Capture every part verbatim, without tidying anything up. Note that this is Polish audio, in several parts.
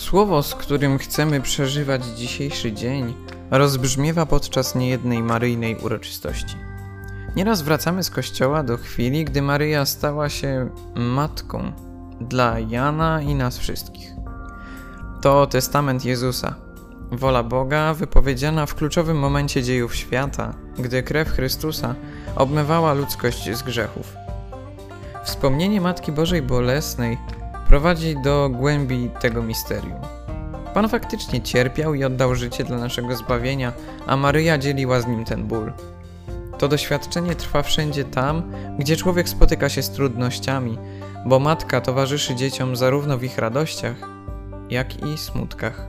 Słowo, z którym chcemy przeżywać dzisiejszy dzień, rozbrzmiewa podczas niejednej maryjnej uroczystości. Nieraz wracamy z kościoła do chwili, gdy Maryja stała się matką dla Jana i nas wszystkich. To testament Jezusa, wola Boga wypowiedziana w kluczowym momencie dziejów świata, gdy krew Chrystusa obmywała ludzkość z grzechów. Wspomnienie Matki Bożej Bolesnej prowadzi do głębi tego misterium. Pan faktycznie cierpiał i oddał życie dla naszego zbawienia, a Maryja dzieliła z nim ten ból. To doświadczenie trwa wszędzie tam, gdzie człowiek spotyka się z trudnościami, bo Matka towarzyszy dzieciom zarówno w ich radościach, jak i smutkach.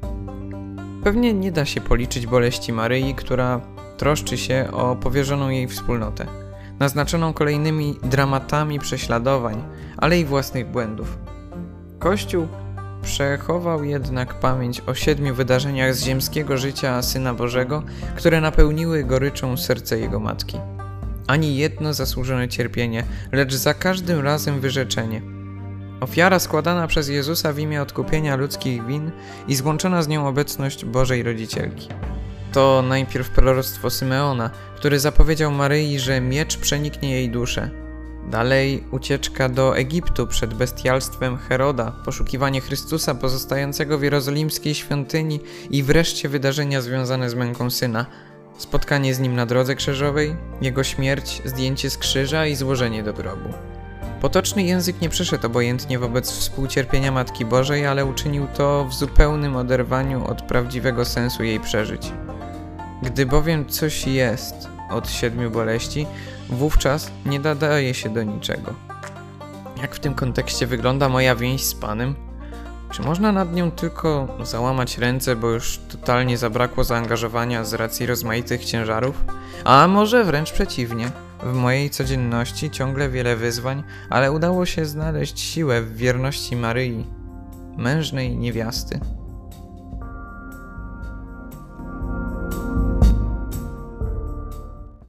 Pewnie nie da się policzyć boleści Maryi, która troszczy się o powierzoną jej wspólnotę, naznaczoną kolejnymi dramatami prześladowań, ale i własnych błędów. Kościół przechował jednak pamięć o siedmiu wydarzeniach z ziemskiego życia Syna Bożego, które napełniły goryczą serce Jego Matki. Ani jedno zasłużone cierpienie, lecz za każdym razem wyrzeczenie. Ofiara składana przez Jezusa w imię odkupienia ludzkich win i złączona z nią obecność Bożej Rodzicielki. To najpierw proroctwo Symeona, który zapowiedział Maryi, że miecz przeniknie jej duszę. Dalej ucieczka do Egiptu przed bestialstwem Heroda, poszukiwanie Chrystusa pozostającego w jerozolimskiej świątyni i wreszcie wydarzenia związane z męką Syna. Spotkanie z Nim na drodze krzyżowej, Jego śmierć, zdjęcie z krzyża i złożenie do grobu. Potoczny język nie przeszedł obojętnie wobec współcierpienia Matki Bożej, ale uczynił to w zupełnym oderwaniu od prawdziwego sensu jej przeżyć. Gdy bowiem coś jest od siedmiu boleści, wówczas nie nadaje się do niczego. Jak w tym kontekście wygląda moja więź z Panem? Czy można nad nią tylko załamać ręce, bo już totalnie zabrakło zaangażowania z racji rozmaitych ciężarów? A może wręcz przeciwnie. W mojej codzienności ciągle wiele wyzwań, ale udało się znaleźć siłę w wierności Maryi, mężnej niewiasty.